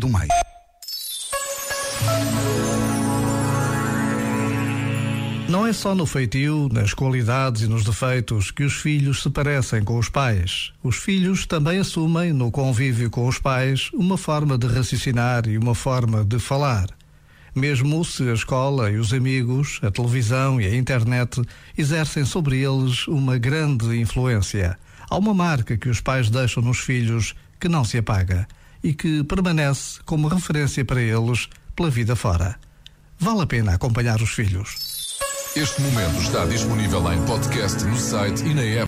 do meio. Não é só no feitio, nas qualidades e nos defeitos que os filhos se parecem com os pais. Os filhos também assumem, no convívio com os pais, uma forma de raciocinar e uma forma de falar. Mesmo se a escola e os amigos, a televisão e a internet exercem sobre eles uma grande influência. Há uma marca que os pais deixam nos filhos que não se apaga e que permanece como referência para eles pela vida fora. Vale a pena acompanhar os filhos. Este momento está disponível em podcast no site e na app.